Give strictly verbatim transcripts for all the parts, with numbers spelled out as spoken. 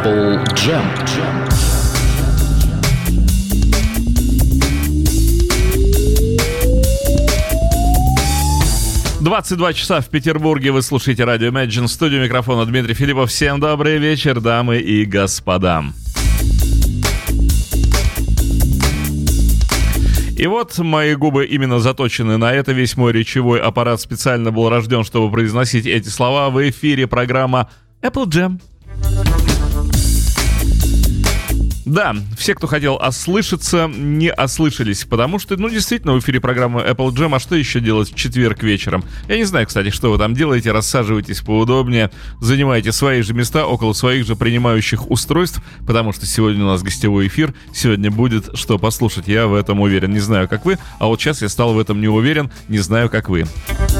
Apple Jam. двадцать два часа в Петербурге. Вы слушаете радио Imagine. В студию микрофона Дмитрий Филиппов. Всем добрый вечер, дамы и господа. И вот мои губы именно заточены на это. Весь мой речевой аппарат специально был рожден, чтобы произносить эти слова. В эфире программа Apple Jam. Да, все, кто хотел ослышаться, не ослышались, потому что, ну, действительно, в эфире программы Apple Jam, а что еще делать в четверг вечером? Я не знаю, кстати, что вы там делаете, рассаживайтесь поудобнее, занимайте свои же места около своих же принимающих устройств, потому что сегодня у нас гостевой эфир, сегодня будет что послушать, я в этом уверен. Не знаю, как вы, а вот сейчас я стал в этом не уверен, не знаю, как вы.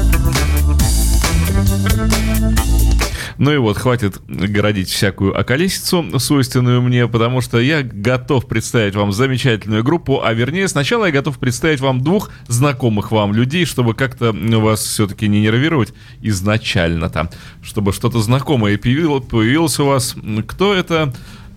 Ну и вот, хватит городить всякую околесицу, свойственную мне, потому что я готов представить вам замечательную группу, а вернее, сначала я готов представить вам двух знакомых вам людей, чтобы как-то вас все-таки не нервировать изначально-то, чтобы что-то знакомое появилось у вас. Кто это?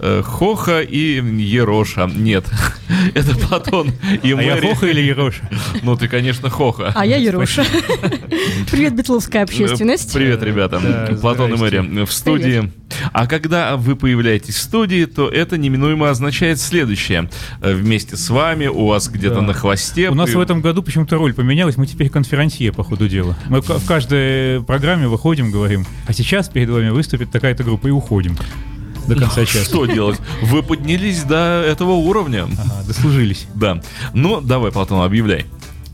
Хоха и Ероша. Нет, это Платон и Мэри. А я Хоха или Ероша? Ну, ты, конечно, Хоха. А я Ероша. Привет, битловская общественность. Привет, ребята. Да, Платон и Мэри в студии. Привет. А когда вы появляетесь в студии, то это неминуемо означает следующее. Вместе с вами, у вас где-то да. на хвосте... У нас в этом году почему-то роль поменялась, мы теперь конферансье, по ходу дела. Мы в каждой программе выходим, говорим, а сейчас перед вами выступит такая-то группа, и уходим. До конца часа. Что делать? Вы поднялись до этого уровня. Ага, дослужились. Да. Ну, давай, Платон, объявляй.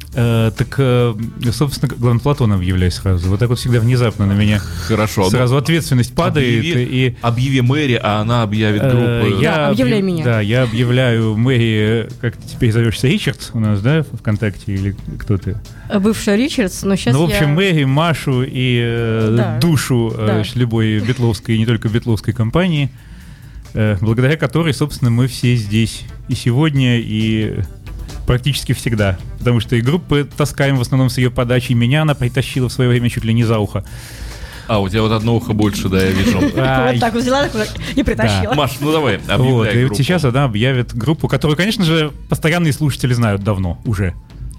Э, так, э, собственно, главное, Платон объявляй сразу. Вот так вот всегда внезапно на меня. Хорошо. Сразу ответственность падает. Объяви, и... объяви Мэри, а она объявит группу. Э, я да, объявляй объяв... меня. Да, я объявляю Мэри, как ты теперь зовешься, Ричардс у нас, да, ВКонтакте, или кто ты? Бывшая Ричардс, но сейчас Ну, в общем, я... Мэри, Машу и э, да. душу да. э, любой битловской, и не только битловской компании, э, благодаря которой, собственно, мы все здесь и сегодня, и... практически всегда, потому что и группы таскаем в основном с ее подачи, меня она притащила в свое время чуть ли не за ухо. А, у тебя вот одно ухо больше, да, я вижу. Вот так вот взяла и притащила. Маш, ну давай, объявляй группу. И вот сейчас она объявит группу, которую, конечно же, постоянные слушатели знают давно уже.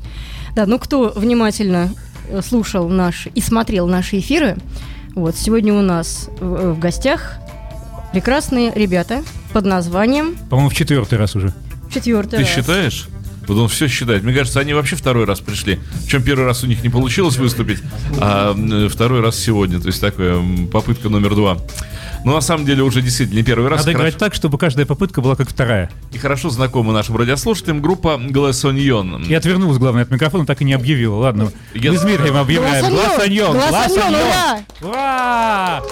Да, ну кто внимательно слушал наши и смотрел наши эфиры, вот сегодня у нас в гостях прекрасные ребята под названием... По-моему, в четвертый раз уже. Четвертый раз. Ты считаешь? Вот он все считает. Мне кажется, они вообще второй раз пришли. Причем первый раз у них не получилось выступить, а второй раз сегодня. То есть такая попытка номер два. Но на самом деле уже действительно не первый раз. Надо играть так, чтобы каждая попытка была как вторая. И хорошо знакома нашим радиослушателям группа Glass Onion. И отвернулась, главное, от микрофона, так и не объявила. Ладно, Я... мы с Дмитрием объявляем. Glass Onion! Glass Onion! Ура!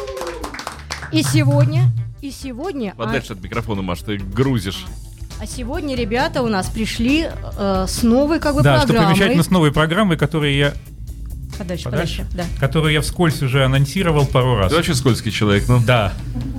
И сегодня, и сегодня... Подальше а... от микрофона, Маш, ты грузишь. А сегодня ребята у нас пришли э, с новой как бы да, программой. Да, что примечательно, с новой программой, которую я... Подальше, подальше, подальше, да. Которую я вскользь уже анонсировал пару раз. Ты вообще скользкий человек, ну? Да.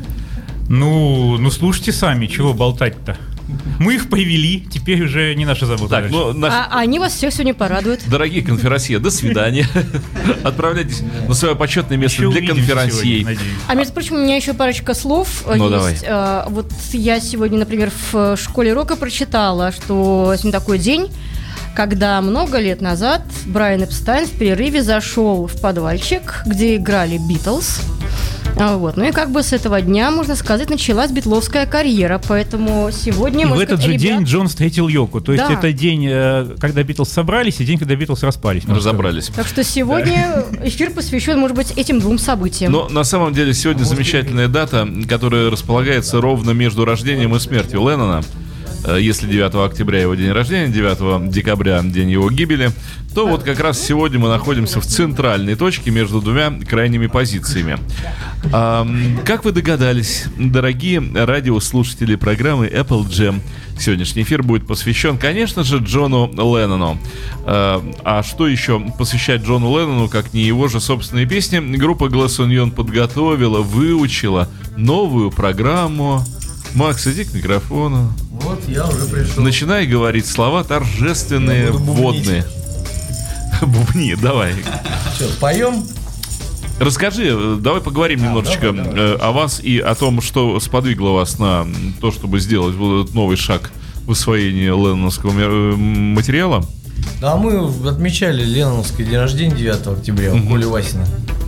Ну, ну слушайте сами, чего болтать-то? Мы их привели, теперь уже не наша забота. Так, ну, наш... а, а они вас всех сегодня порадуют. Дорогие конферансье, до свидания. Отправляйтесь на свое почетное место еще для конферансьей. А между прочим, у меня еще парочка слов ну, есть. А, вот я сегодня, например, в школе рока прочитала, что сегодня такой день, когда много лет назад Брайан Эпстайн в перерыве зашел в подвальчик, где играли Битлз. Вот. Ну и как бы с этого дня, можно сказать, началась битловская карьера, поэтому сегодня... И в этот сказать, же ребят... день Джон встретил Йоко, то есть да. это день, когда Битлз собрались, и день, когда Битлз распались. Разобрались. Так что сегодня эфир посвящен, может быть, этим двум событиям. Но на самом деле сегодня замечательная дата, которая располагается ровно между рождением и смертью Леннона. Если девятого октября его день рождения, девятого декабря день его гибели, то вот как раз сегодня мы находимся в центральной точке между двумя крайними позициями. А, как вы догадались, дорогие радиослушатели программы Apple Jam, сегодняшний эфир будет посвящен, конечно же, Джону Леннону. А, а что еще посвящать Джону Леннону, как не его же собственные песни? Группа Glass Onion подготовила, выучила новую программу. Макс, иди к микрофону. Вот, я уже пришел. Начинай говорить слова торжественные, вводные. Бубни, давай. Что, поем? Расскажи, давай поговорим а, немножечко давай, давай. о вас и о том, что сподвигло вас на то, чтобы сделать вот этот новый шаг в освоении ленноновского материала. Да, мы отмечали ленноновский день рождения девятого октября у Коли Васина.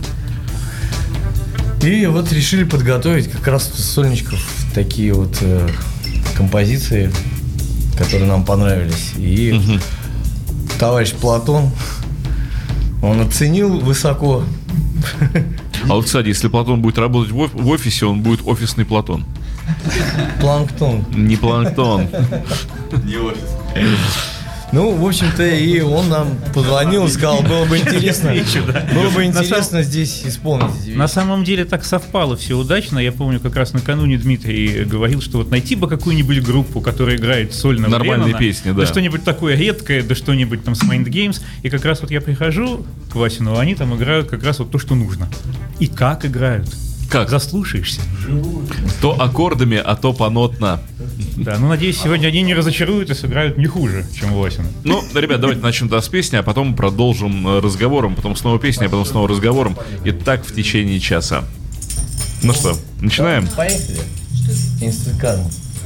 И вот решили подготовить как раз с сольничков такие вот э, композиции, которые нам понравились. И угу. товарищ Платон, он оценил высоко. А вот, кстати, если Платон будет работать в офисе, он будет офисный Платон. Планктон. Не планктон. Не офис. Ну, в общем-то, и он нам позвонил и сказал, было бы интересно, было бы интересно здесь исполнить. На самом деле так совпало все удачно. Я помню, как раз накануне Дмитрий говорил, что вот найти бы какую-нибудь группу, которая играет сольно нормальные песни, да. Да что-нибудь такое редкое, да что-нибудь там с Mind Games. И как раз вот я прихожу к Васину, они там играют как раз вот то, что нужно. И как играют. Как? Заслушаешься. То аккордами, а то понотно. Да, ну, надеюсь, сегодня они не разочаруют и сыграют не хуже, чем Васин. Ну, ребят, давайте начнем да, с песни, а потом продолжим разговором, потом снова песня, а потом снова разговором. И так в течение часа. Ну что, начинаем? Поехали. Instant Karma.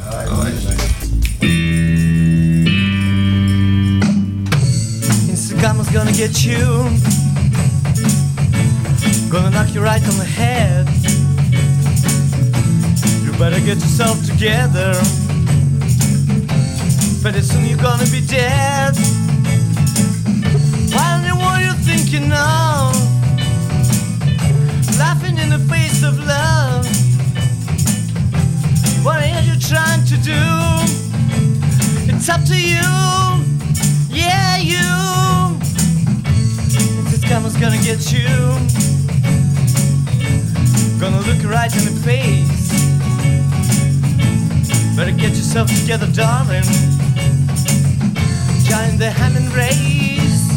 Instant Karma's gonna get you. Gonna knock you right on the head. You better get yourself together. Pretty soon you're gonna be dead. I don't know what you're thinking of. Laughing in the face of love. What are you trying to do? It's up to you. Yeah, you. This karma's gonna get you. Gonna look you right in the face. Better get yourself together, darling. Join the hand and race.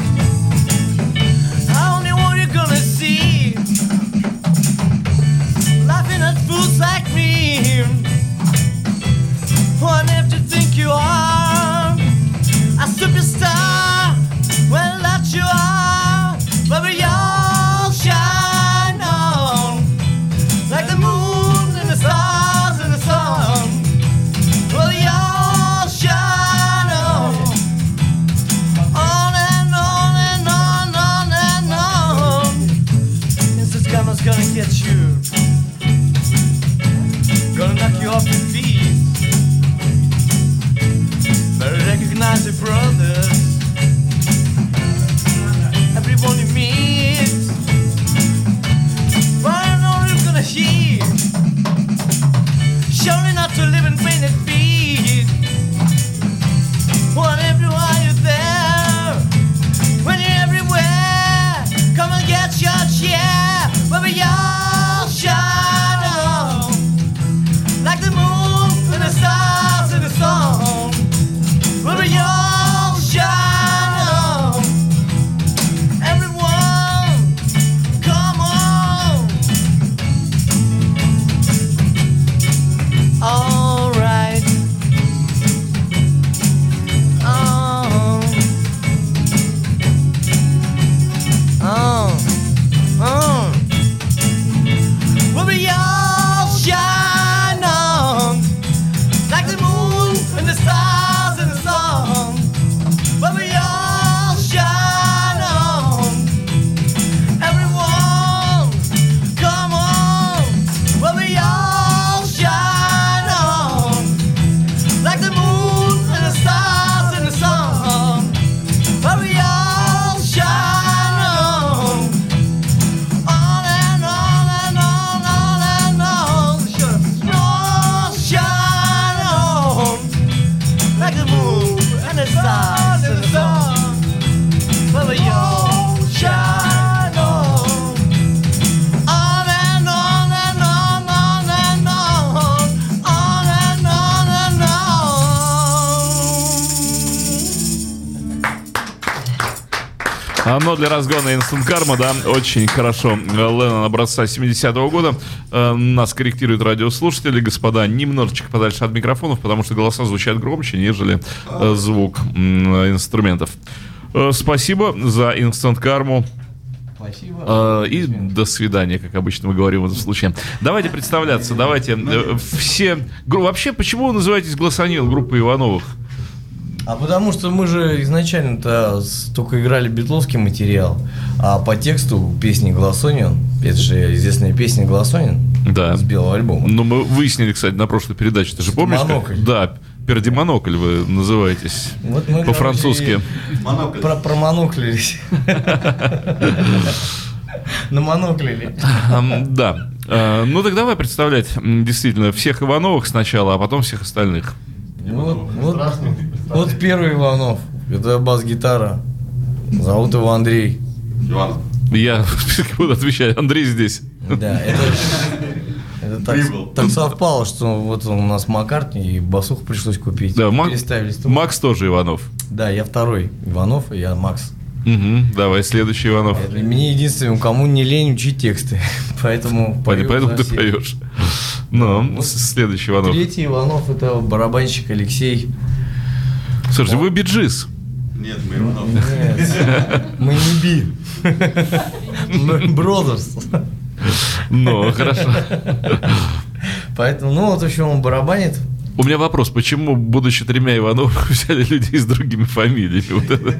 I only what you're gonna see. Laughing at fools like me. What if you think you are a superstar? Well, that you are, but we all shine on like the moon and the stars and the sun. Well, we all shine on, on and on and on, on and on. Yes, this karma's gonna get you, gonna knock you off your feet. Better recognize your brothers, everyone you meet. But I know you're gonna hear, surely not to live in painted feet. Whatever are you there, when you're everywhere, come and get your share. But we all shine on like the moon and the stars and the sun. But we all shine on, everyone, come on. All right. Oh. Oh. Oh. Well, we all shine on like the moon and the stars and the sun. Well, we all shine on, everyone, come on. Well, we all shine on like the moon and the stars and the sun. Well, we all shine on, on and on and on, on and on. Sure. All shine on like the moon and the stars and the sun. Well, we all shine on, on and on and on, on and on, on and on and on. Оно для разгона Instant Karma, да, очень хорошо. Леннон образца семидесятого года. Э, нас корректируют радиослушатели, господа, немножечко подальше от микрофонов, потому что голоса звучат громче, нежели э, звук э, инструментов. Э, спасибо за Instant Karma. Спасибо. Э, И до свидания, как обычно мы говорим в этом случае. Давайте представляться, давайте. э, Все... гру- Вообще, почему вы называетесь «Гласанил», группа Ивановых? А потому что мы же изначально-то с- только играли битловский материал, а по тексту песни Голосонин, это же известная песня Голосонин Да. с белого альбома. Ну, мы выяснили, кстати, на прошлой передаче. Ты же Что помнишь? как- монокль. Да, пердемонокль вы называетесь. Вот мы, По-французски. короче, Про, промоноклились. Намоноклили. Ам, Да. Э, Ну так давай представлять м, действительно всех Ивановых сначала, а потом всех остальных. Вот, вот, вот первый Иванов. Это бас-гитара. Зовут его Андрей. Иван. Я буду отвечать, Андрей здесь. Да, это, это так, Прибыл. так совпало, что вот он у нас Маккартни, и басуху пришлось купить. Да, Мак- Переставили стул. Макс тоже Иванов. Да, я второй Иванов, и я Макс. Мгм, Давай, следующий Иванов. Это мне единственному, кому не лень учить тексты. Поэтому Понятно, пою поэтому за ты всех. поешь. Ну, с- следующий Иванов. Третий Иванов — это барабанщик Алексей. Слушайте, вы биджис. Нет, мы Иванов. Нет, мы не би. Мы Brothers. Ну, хорошо. Поэтому, ну вот еще он барабанит. У меня вопрос, почему, будучи тремя Ивановых, взяли людей с другими фамилиями? Вот это.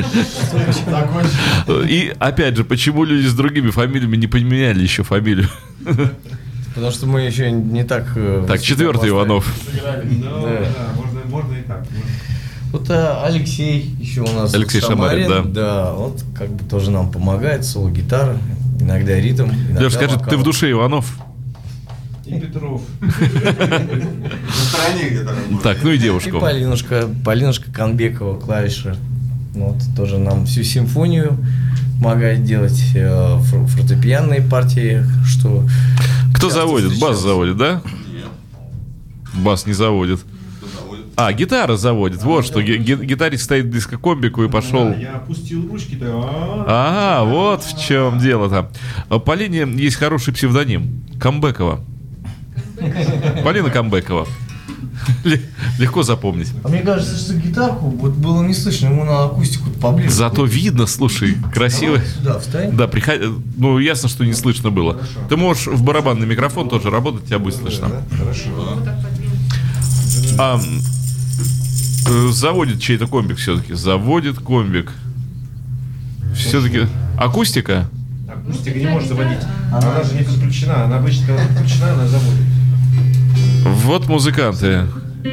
И, опять же, почему люди с другими фамилиями не поменяли еще фамилию? Потому что мы еще не так... э, Так, четвертый Иванов. Да. можно, можно и так. Вот а, Алексей еще у нас. Алексей Шамарин, да. Да, вот как бы тоже нам помогает, соло-гитара, иногда ритм, иногда Леш, скажи, вокал. ты в душе Иванов? И Петров. На стороне где-то. может. Так, ну и И девушку. Полинушка, Полинушка Конбекова, клавиша. Вот, тоже нам всю симфонию помогает делать, э, фор- фортепианные партии, что... Кто часто заводит? Бас встречался. заводит, да? Нет, Бас не заводит. кто заводит. А, гитара заводит. Вот что. ги- ги- Гитарист стоит близко к комбику и пошел. Да, я опустил ручки-то. а Ага, вот в чем дело-то. А По Полине есть хороший псевдоним. Камбекова. Полина Камбекова. Ле- Легко запомнить. А мне кажется, что гитарку вот было не слышно, ему на акустику поближе. Зато видно, слушай, красиво. Давай сюда встань. Да, приходи. Ну, ясно, что не слышно было. Ты можешь в барабанный микрофон тоже работать, тебя будет слышно. Хорошо. А, м, э, заводит чей-то комбик все-таки. Заводит комбик. Все-таки акустика? Акустика не может заводить. Она же не подключена. Она обычно, когда подключена, она заводит. Вот музыканты.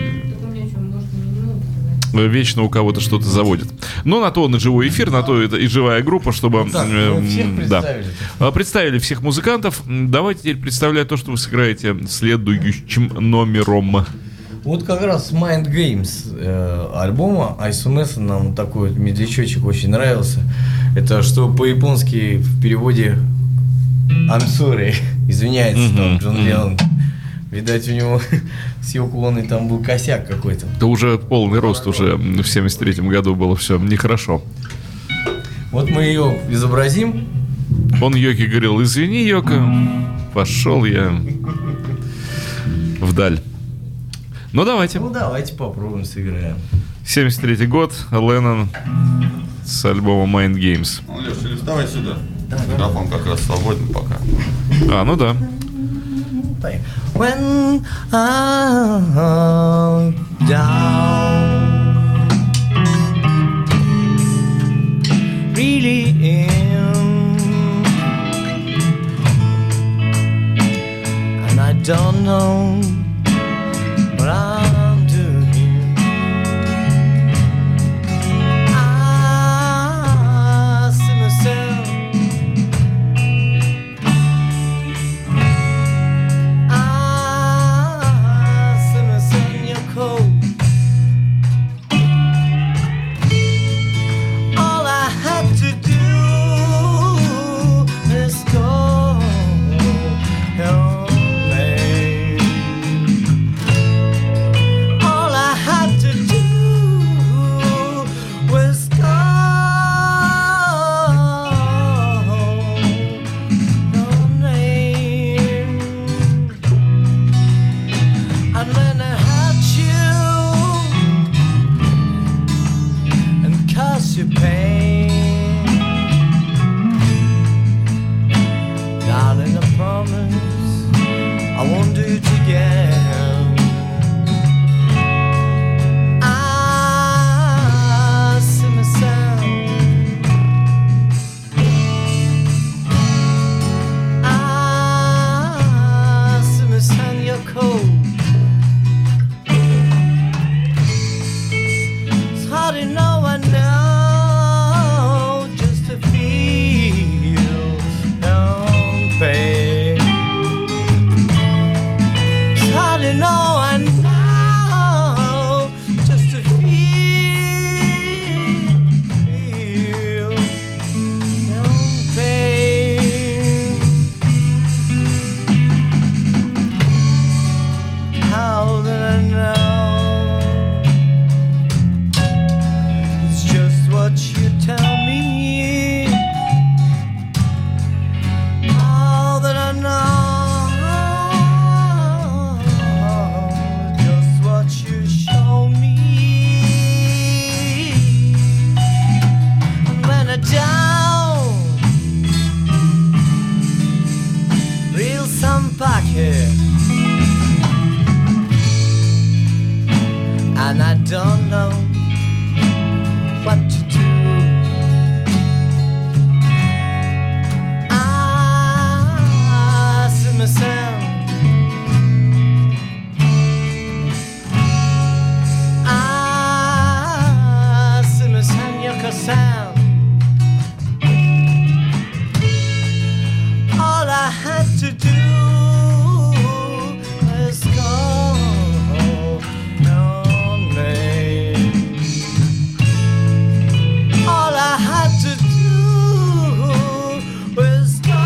Вечно у кого-то что-то заводит. Но на то он и живой эфир, на то это и живая группа, чтобы... Так, эм, мы всех да. представили. А, Представили всех музыкантов. М, Давайте теперь представлять то, что вы сыграете следующим номером. Вот как раз Mind Games э, альбома Айсумеса нам такой вот медлячочек очень нравился. Это что по-японски в переводе I'm sorry. Извиняется там Мгм, Джон мгм. Леннон. Видать, у него с Йоко Оной там был косяк какой-то. Это уже полный рост, уже м, в семьдесят третьем году было все нехорошо. Вот мы ее изобразим. Он Йоки говорил: извини, Йока, пошел я вдаль. Ну давайте. Ну давайте попробуем, сыграем. семьдесят третий год, Леннон с альбома Mind Games. Ну, Леш, или вставай сюда. Микрофон как раз свободен пока. А, ну да. Так. When I'm down, really am, and I don't know what I'm doing. I see myself. I see myself in your coat. All I had to do is call your name. promise I won't do it again. I see myself, I see myself, you're cold. It's hard to know, I know, just to feel no pain. It's hard to know, I know, just to feel, feel no pain. How did I know? It's just what you tell me. All that I know, just what you show me. And when I down, real some pocket, and I don't know what to do. I see myself, I see myself, your sound. All I had to do was go. No name. All I had to do was go.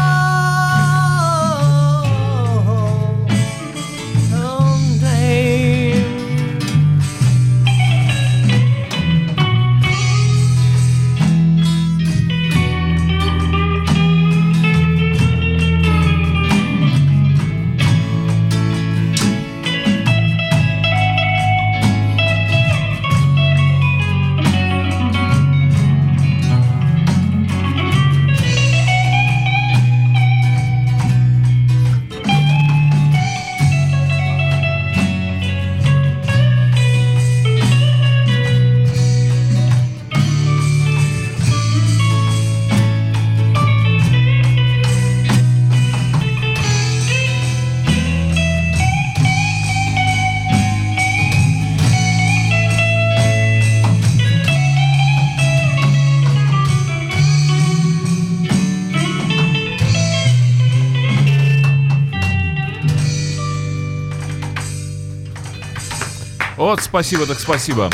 No name. Вот, спасибо, так спасибо.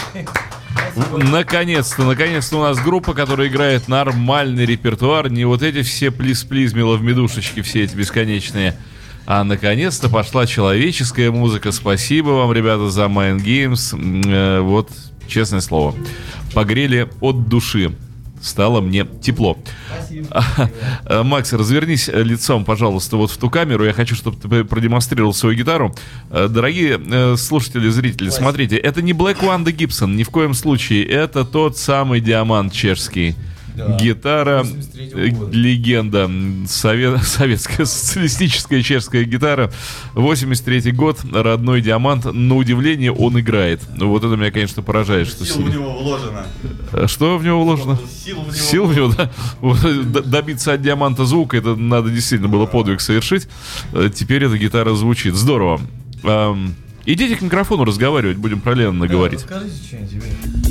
Наконец-то, наконец-то у нас группа, которая играет нормальный репертуар. Не вот эти все плиз-плиз, меловмедушечки, все эти бесконечные. А наконец-то пошла человеческая музыка. Спасибо вам, ребята, за Mind Games. Э, вот, честное слово, погрели от души. Стало мне тепло. Спасибо. Макс, развернись лицом, пожалуйста, вот в ту камеру. Я хочу, чтобы ты продемонстрировал свою гитару. Дорогие слушатели, зрители, Спасибо. Смотрите, это не Black Wanda Gibson, ни в коем случае. Это тот самый диамант чешский. Да. Гитара, легенда, совет, советская социалистическая чешская гитара, восемьдесят третий год, родной диамант. На удивление он играет. Вот это меня, конечно, поражает. Что сила в него вложена. Что в него вложено? Сила в него, Сила в него, да. Вот, добиться от диаманта звука, это надо действительно было подвиг совершить. Теперь эта гитара звучит. Здорово. Эм, идите к микрофону разговаривать, будем про Леннона да, говорить. Расскажите что-нибудь.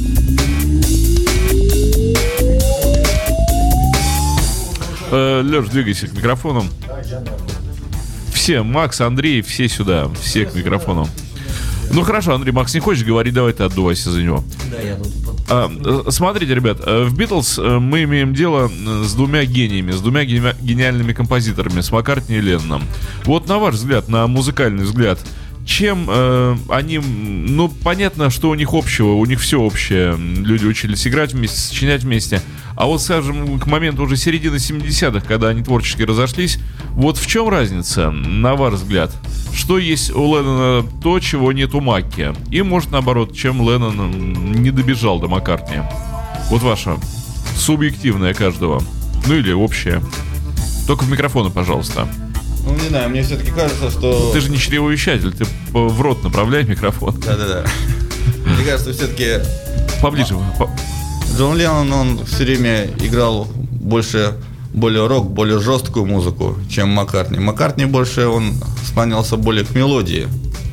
Лёш, двигайся к микрофону. Все, Макс, Андрей, все сюда, все к микрофону. Ну хорошо, Андрей, Макс не хочешь говорить, давай ты отдувайся за него. Да, я тут. А, смотрите, ребят, в Битлз мы имеем дело с двумя гениями, с двумя гениальными композиторами, с Маккартни и Ленноном. Вот на ваш взгляд, на музыкальный взгляд, чем э, они, ну, понятно, что у них общего, у них все общее. Люди учились играть вместе, сочинять вместе. А вот, скажем, к моменту уже середины семидесятых, когда они творчески разошлись, вот в чем разница, на ваш взгляд? Что есть у Леннона то, чего нет у Макки? И, может, наоборот, чем Леннон не добежал до Маккартни? Вот ваше субъективное каждого. Ну или общее. Только в микрофон, пожалуйста. Ну, не знаю, мне все-таки кажется, что... Ты же не чревовещатель, ты в рот направляй микрофон. Да-да-да. Мне кажется, все-таки... Поближе. По... Джон Леннон, он все время играл больше, более рок, более жесткую музыку, чем Маккартни. Маккартни больше, он склонялся более к мелодии.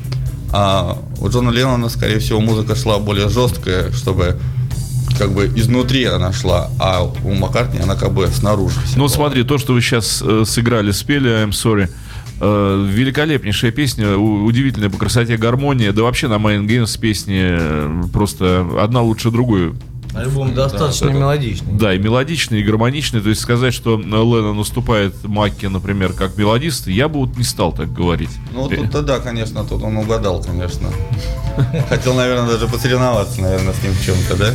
А у Джона Леннона, скорее всего, музыка шла более жесткая, чтобы как бы изнутри она шла, а у Маккартни она как бы снаружи. Ну смотри, то, что вы сейчас э, сыграли, спели I'm Sorry, э, великолепнейшая песня, у, удивительная по красоте гармония, да вообще на Mind Games песни э, просто одна лучше другой. Альбом достаточно да, мелодичный. Да, и мелодичный, и гармоничный. То есть сказать, что Леннон уступает Макке, например, как мелодист, я бы вот не стал так говорить. Ну, тут-то да, конечно, тут он угадал, конечно. Хотел, наверное, даже посоревноваться, наверное, с ним в чем-то, да?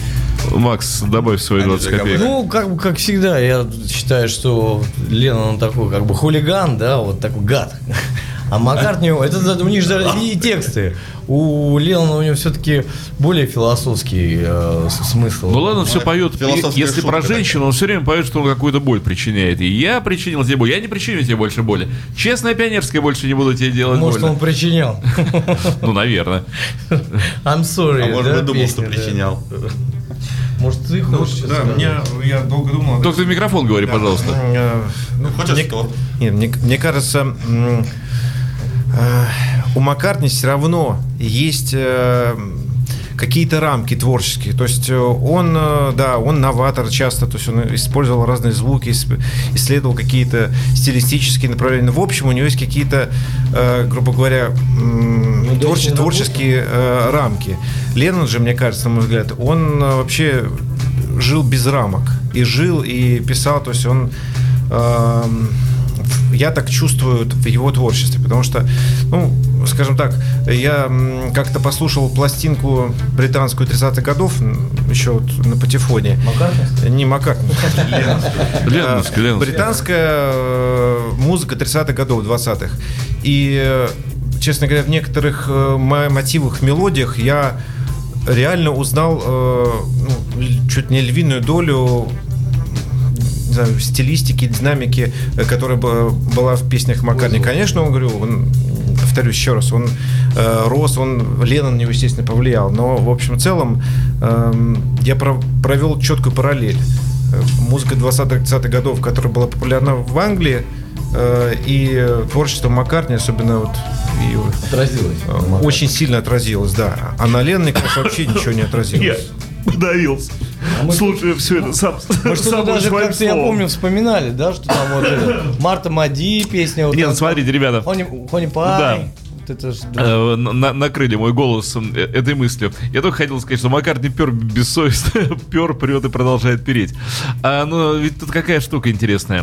Макс, добавь свои двадцать копеек. Ну, как, как всегда, я считаю, что Леннон такой, как бы, хулиган, да, вот такой гад. А Маккартни, это у них же и тексты. У Леннона у него все-таки более философский э, смысл. Ну ладно, все поет. Если про женщину, он все время поет, что он какую-то боль причиняет. И я причинил тебе боль, я не причиню тебе больше боли. Честная пионерская, больше не буду тебе делать Может, больно. он причинял. Ну, наверное. I'm sorry. А может быть, думал, что причинял. Может, ты хочешь? Да, меня, я долго думал. Только ты в микрофон говори, пожалуйста. Ну, Хочешь мне, что? Нет, мне, мне кажется, м, э, у Маккартни все равно есть э, какие-то рамки творческие. То есть он, э, да, он новатор часто, то есть он использовал разные звуки, исследовал какие-то стилистические направления. Но в общем у него есть какие-то, э, грубо говоря, м, творче- творческие э, рамки. Леннон же, мне кажется, на мой взгляд, он э, вообще жил без рамок. И жил, и писал, то есть он... Э, я так чувствую в его творчестве, потому что, ну, скажем так, я как-то послушал пластинку британскую тридцатых годов, еще вот на патефоне. Маккартни? Не Маккартни. Ленновская, Ленновская. Британская музыка тридцатых годов, двадцатых. И, честно говоря, в некоторых мотивах, мелодиях я реально узнал ну, чуть не львиную долю, не знаю, стилистики, динамики, которая была в песнях Маккартни. Конечно, он, говорю, он, повторюсь еще раз, он э, рос, он, Леннон на него, естественно, повлиял, но, в общем, в целом э, я про- провел четкую параллель. Музыка двадцатых-тридцатых годов, которая была популярна в Англии, э, и творчество Маккартни, особенно вот, и, Отразилось. э, очень сильно отразилось, да. А на Ленноне, конечно, вообще ничего не отразилось. Подавился. А мы Слушай, все это сам. Мы что-то даже как-то, я помню, вспоминали, да, что там вот это, Марта Мади песня. Вот Нет, там, смотрите, ребята. Хони, Хони Пай. Да. Вот это ж, да. Э, на- накрыли мой голос э, этой мыслью. Я только хотел сказать, что Маккартни пер бессовестно, пер, прет и продолжает переть. А, но ведь тут какая штука интересная.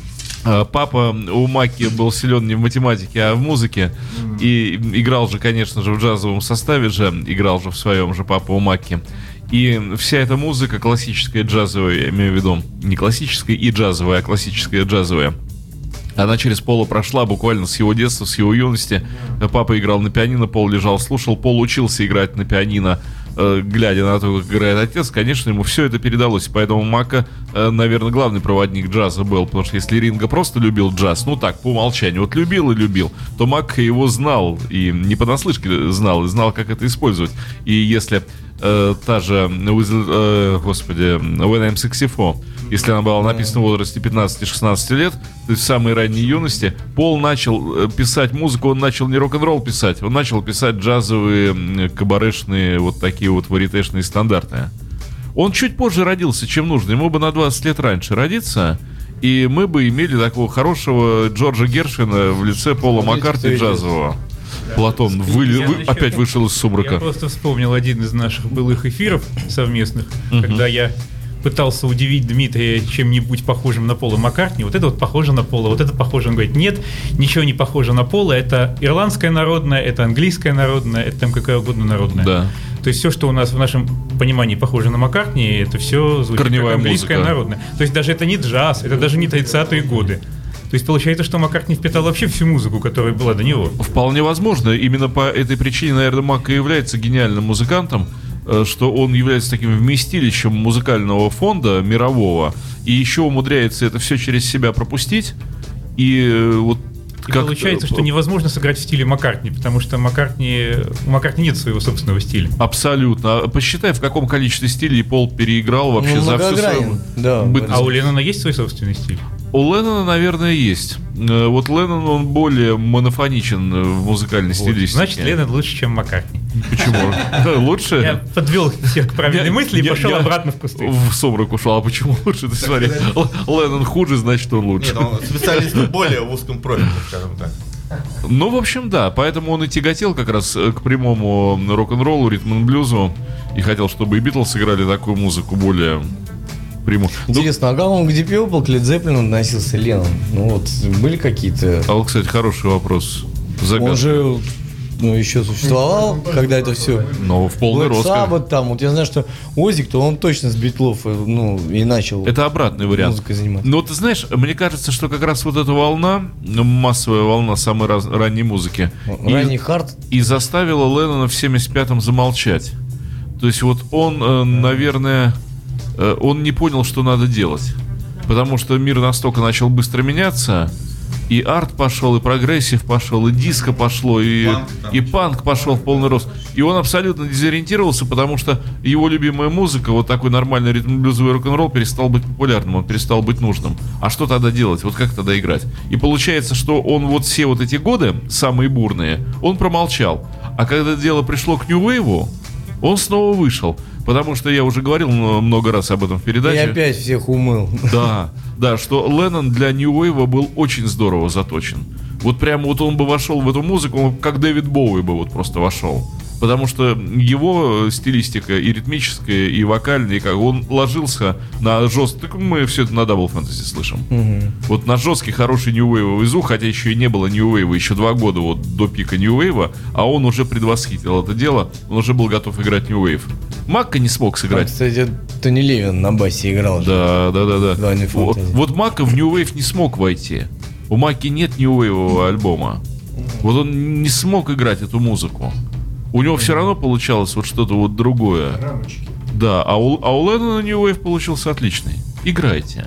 А, Папа у Макки был силен не в математике, а в музыке. И играл же, конечно же, в джазовом составе же. Играл же в своем же папа у Макки. И вся эта музыка, классическая джазовая, я имею в виду, не классическая и джазовая, а классическая джазовая, она через Пола прошла буквально с его детства, с его юности. Папа играл на пианино, Пол лежал, слушал. Пол учился играть на пианино, э, глядя на то, как играет отец. Конечно, ему все это передалось. Поэтому Макка, э, наверное, главный проводник джаза был. Потому что если Ринго просто любил джаз, ну так, по умолчанию, вот любил и любил, то Макка его знал. И не понаслышке знал, и знал, как это использовать. И если... Э, та же, э, господи, When I'm sixty-four, если она была написана в возрасте пятнадцати-шестнадцати лет, то есть в самой ранней юности, Пол начал писать музыку, он начал не рок-н-ролл писать, он начал писать джазовые, кабарешные, вот такие вот варитешные стандарты. Он чуть позже родился, чем нужно, ему бы на двадцать лет раньше родиться, и мы бы имели такого хорошего Джорджа Гершвина в лице Пола Маккартни джазового. Платон, вы, Я вы насчет- опять вышел из сумрака. Я просто вспомнил один из наших былых эфиров совместных, когда я пытался удивить Дмитрия чем-нибудь похожим на Пола Маккартни. Вот это вот похоже на Пола, вот это похоже. Он говорит, нет, ничего не похоже на Пола. Это ирландская народная, это английская народная, это там какая угодно народная. Да. То есть все, что у нас в нашем понимании похоже на Маккартни, это все звучит Корневая как английская музыка. народная. То есть даже это не джаз, это даже не тридцатые годы. То есть получается, что Маккартни впитал вообще всю музыку, которая была до него. Вполне возможно. Именно по этой причине, наверное, Макка и является гениальным музыкантом, э, что он является таким вместилищем музыкального фонда мирового, и еще умудряется это все через себя пропустить. И э, вот И Как- получается, что невозможно сыграть в стиле Маккартни, потому что Маккартни, у Маккартни нет своего собственного стиля. Абсолютно. Посчитай, в каком количестве стилей Пол переиграл вообще Ну, за всю многогранен, свою да. бытность. А у Леннона есть свой собственный стиль? У Леннона, наверное, есть. Э, Вот Леннон, он более монофоничен э, в музыкальной стилистике. Значит, Леннон лучше, чем Маккартни. Почему? Да, Я лучше? подвел всех к правильной Я- мысли и я- пошел я обратно в кусты. В сумрак ушел. А почему лучше? Ты смотри, Л- Леннон хуже, значит, он лучше. Нет, он специалист более в узком профиле, скажем так. Ну, в общем, да. Поэтому он и тяготел как раз э, к прямому рок-н-роллу, ритм-н-блюзу. И хотел, чтобы и Битлз сыграли такую музыку более прямую. Ну, Интересно, а как он к Deep Purple, к Led Zeppelin относился Леннон? Ну вот, были какие-то... а вот, кстати, хороший вопрос. Загадка. Он же ну, еще существовал, когда это все... Но в полный Black рост. Sabbath там, вот я знаю, что Озик-то он точно с Битлов, э, ну, и начал Это обратный вариант. музыкой заниматься. Но ты знаешь, мне кажется, что как раз вот эта волна, ну, массовая волна самой раз- ранней музыки, и- Ранний хард. и заставила Леннона в семьдесят пятом замолчать. То есть вот он, э, наверное, э, он не понял, что надо делать. Потому что мир настолько начал быстро меняться, и арт пошел, и прогрессив пошел, и диско пошло, и, Панк, да. и панк пошел в полный рост. И он абсолютно дезориентировался, потому что его любимая музыка, вот такой нормальный ритм-блюзовый рок-н-ролл, перестал быть популярным, он перестал быть нужным. А что тогда делать? Вот как тогда играть? И получается, что он вот все вот эти годы, самые бурные, он промолчал. А когда дело пришло к нью-вейву, он снова вышел. Потому что я уже говорил много раз об этом в И передаче. опять всех умыл. Да, да, что Леннон для New Wave был очень здорово заточен. Вот прямо вот он бы вошел в эту музыку, он как Дэвид Боуи бы вот просто вошел. Потому что его стилистика и ритмическая, и вокальная, и как он ложился на жесткий... Мы все это на Double Fantasy слышим. Вот на жесткий, хороший New Wave звук, хотя еще и не было New Wave, еще два года вот до пика New Wave, а он уже предвосхитил это дело, он уже был готов играть New Wave. Макка не смог Там, сыграть. кстати, Тони Левин на басе играл. же. Да, да, да, да. Двойной Вот, фантазии. вот Мака в New Wave не смог войти. У Маки нет New Wave альбома. Вот он не смог играть эту музыку. У него все равно получалось вот что-то вот другое. Да, а у, а у Леннона New Wave получился отличный. Играйте.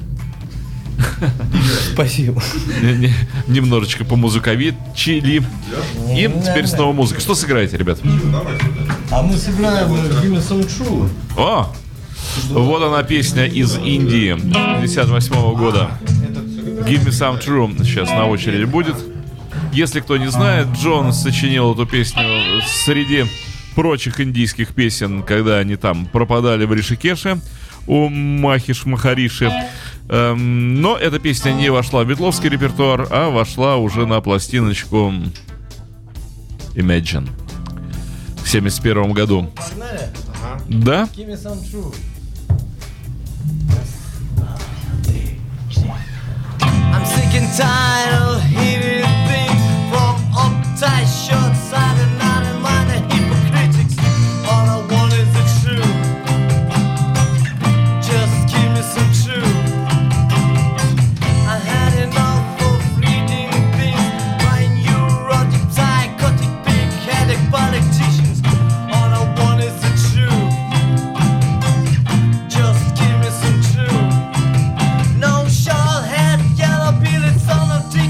Спасибо. Не- не- Немножечко помузыковичили. И теперь снова музыка. Что сыграете, ребят? А мы сыграем Give Me Some True. О! Вот она песня из Индии пятьдесят восьмого года. Give Me Some True сейчас на очереди будет. Если кто не знает, Джон сочинил эту песню среди прочих индийских песен, когда они там пропадали в Ришикеше у Махиш Махариши. Эм, но эта песня не вошла в битловский репертуар, а вошла уже на пластиночку Imagine в семьдесят первом году. Погнали? Да? Give Me Some True. I'm sick and tired of hearing things from uptight, short-sighted, not-in-minded hypocritics. All I want is the truth. Just give me some truth. I had enough of reading things by neurotic, psychotic, big-headed politicians. All I want is the truth. Just give me some truth. No short-haired, yellow-bearded son of demons.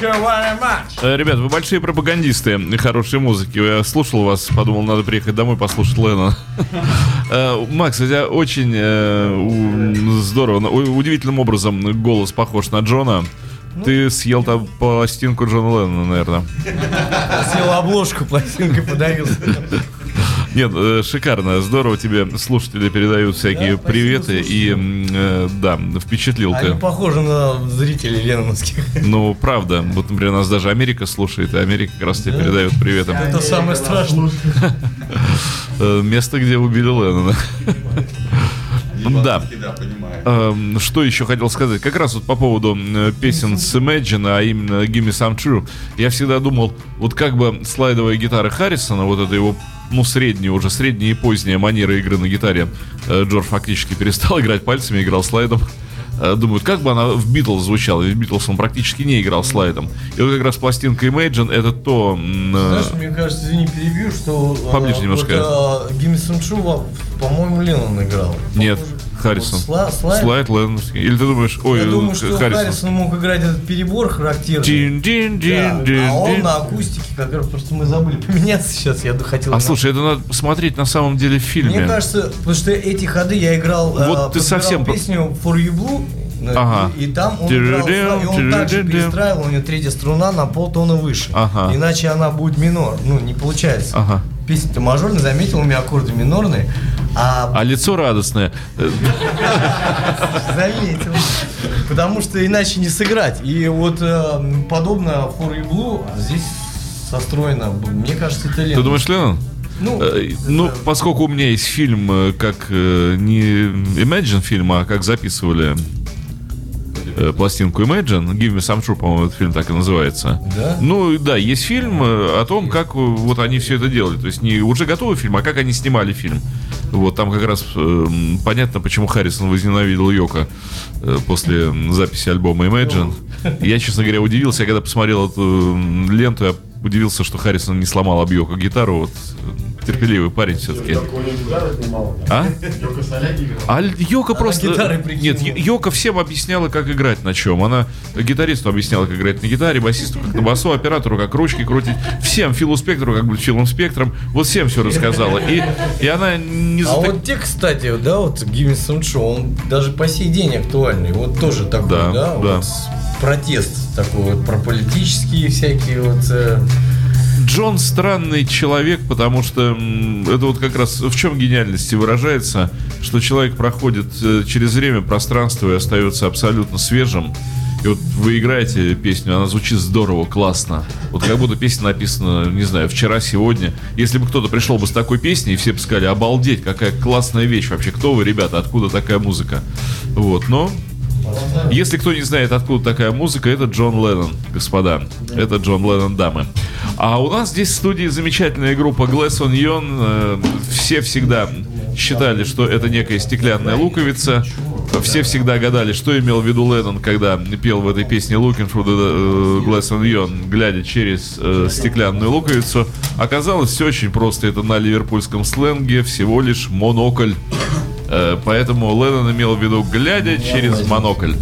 you very much. Э, Ребят, вы большие пропагандисты хорошей музыки. Я слушал вас, подумал, надо приехать домой послушать Леннона. Э, Макс, у тебя очень э, у- здорово, на- у- удивительным образом голос похож на Джона. Ты съел там пластинку Джона Леннона, наверное. Съел обложку, пластинкой подавился. Нет, э, шикарно, здорово тебе слушатели передают всякие Да, спасибо, приветы. слушай. И, м, э, да, впечатлил Они ты. похожи на зрителей ленноновских. Ну, правда. Вот, например, нас даже Америка слушает, и Америка как раз тебе передает приветы. Это самое страшное. Э, Место, где убили Леннона. Да. Да, понимаю. Эм, Что еще хотел сказать? Как раз вот по поводу э, песен с Imagine, а именно Give Me Some True, я всегда думал, вот как бы слайдовая гитара Харрисона, вот это его, ну, средняя, уже средняя и поздняя манера игры на гитаре, э, Джордж фактически перестал играть пальцами, играл слайдом. Э, Думают, как бы она в Битлз звучала, ведь в Битлз он практически не играл слайдом. И вот как раз пластинка Imagine, это то... м, э, Знаешь, мне кажется, извини, перебью, что... Поближе э, немножко. Вот, э, Gimme Some True, по-моему, Леннон играл. Нет, Похоже. Харрисон. Вот сла- слайд? Слайд Ленноновский. Или ты думаешь, ой, Я думаю, что Харрисон. Харрисон мог играть этот перебор характерный. Дин-дин-дин, Да, дин, а он дин. на акустике, как раз просто мы забыли поменяться сейчас, я хотел... А на- слушай, это надо смотреть на самом деле в фильме. Мне кажется, потому что эти ходы я играл, Вот э, ты подбирал совсем по- песню For You Blue, э, Ага. и, и там он играл, Тиридим, и он также тиридим. перестраивал, у него третья струна на полтона выше, Ага. иначе она будет минор, ну не получается. Ага. Песня-то мажорная, заметил, у меня аккорды минорные, а А лицо радостное. Э, заметил, потому что иначе не сыграть. И вот э, подобно For You Blue здесь состроено, мне кажется, это Леннон. Ты думаешь, Леннон? Ну, Э, Ну, поскольку у меня есть фильм, э, как э, не Imagine фильм, а как записывали э, пластинку Imagine, Give Me Some True, по-моему, этот фильм так и называется. Да? Ну, да, есть фильм э, о том, как э, вот они все это делали. То есть не уже готовый фильм, а как они снимали фильм. Вот там как раз э, понятно, почему Харрисон возненавидел Йоко э, после записи альбома Imagine. Я, честно говоря, удивился, я когда посмотрел эту м, ленту, я удивился, что Харрисон не сломал об Йоко гитару. Вот э, терпеливый парень все-таки. А? А Йоко просто... гитары прикинула. Нет, Й- Йоко всем объясняла, как играть на чем. Она гитаристу объясняла, как играть на гитаре, басисту как на басу, оператору как ручки крутить. Всем, Филу Спектру как быть Филом Спектром. Вот всем все рассказала. И, и она не А затык- вот те, кстати, да, вот Give Me Some True, он даже по сей день актуальный. Вот тоже такой, Да, да, да. вот с- протест такой вот про политические всякие вот. э, Джон странный человек, потому что м, это вот как раз в чем гениальность и выражается, что человек проходит э, через время, пространство и остается абсолютно свежим. И вот вы играете песню, она звучит здорово, классно. Вот как будто песня написана, не знаю, вчера, сегодня. Если бы кто-то пришел бы с такой песней, все бы сказали, обалдеть, какая классная вещь вообще. Кто вы, ребята, откуда такая музыка? Вот, но... Если кто не знает, откуда такая музыка, это Джон Леннон, господа. Это Джон Леннон, дамы. А у нас здесь в студии замечательная группа Glass Onion. Э, Все всегда считали, что это некая стеклянная луковица. Все всегда гадали, что имел в виду Леннон, когда пел в этой песне Looking through the Glass Onion, глядя через э, стеклянную луковицу. Оказалось, все очень просто. Это на ливерпульском сленге всего лишь монокль. Э, Поэтому Леннон имел в виду, глядя через монокль.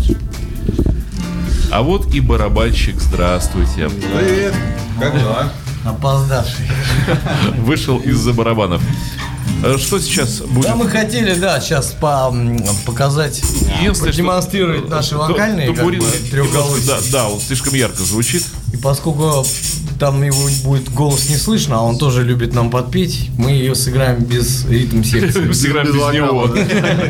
А вот и барабанщик, здравствуйте. Привет. Как дела? Опоздавший. Вышел из-за барабанов. Э, Что сейчас будет? Да, мы хотели, да, сейчас по, м, показать, Единственное, что- продемонстрировать наши вокальные как Тамбурин бы, немножко- трехголосие. Да, да, он слишком ярко звучит. И поскольку там его будет голос не слышно, а он тоже любит нам подпеть, мы ее сыграем без ритм секции. Сыграем без без него. вокала,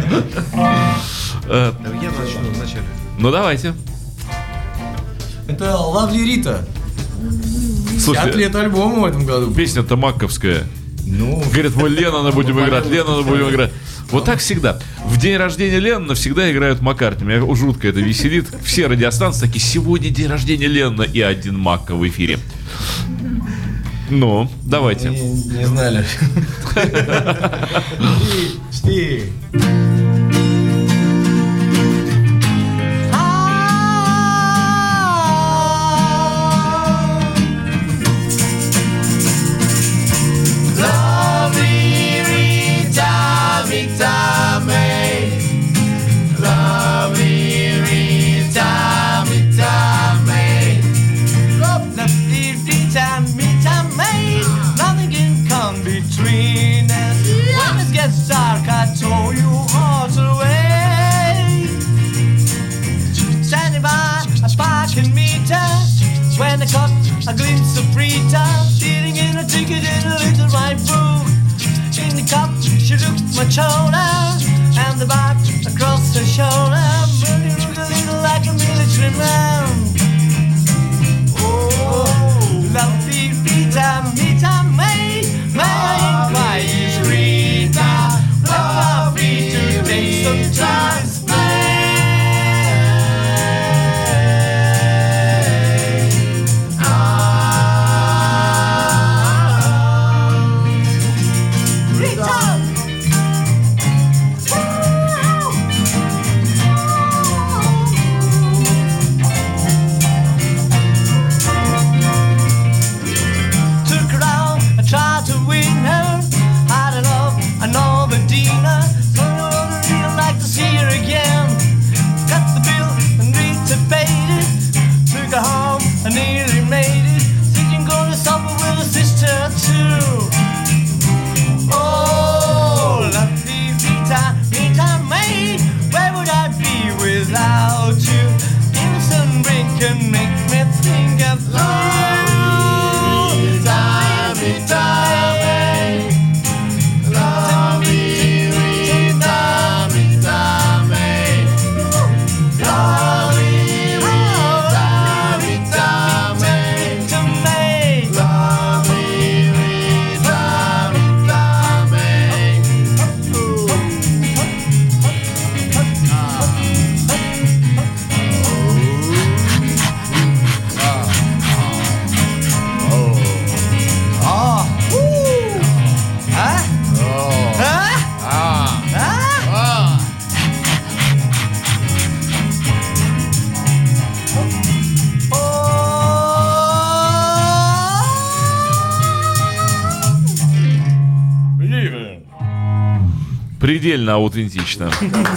Э, Я начну вначале. Ну давайте. Это Лавли Рита. пять Слушайте, лет альбому в этом году. песня-то маковская. Ну, Говорит, мы Леннона будем играть, Леннона будем играть. Вот так всегда. В день рождения Леннона всегда играют Маккартни. Меня жутко это веселит. Все радиостанции такие, сегодня день рождения Леннона и один Макка в эфире. Ну, давайте. не, не знали. Три, четыре. Lovely Rita, Rita May. Lovely Rita, Rita May. a glimpse of free time, dealing in a ticket in a little white room. In the cup, she looked much older, and the bar across her shoulder, but he looked a little like a military man. Oh, lovely Rita, Rita May, may I invite you, Rita, when I'm free to take some time. Предельно аутентично.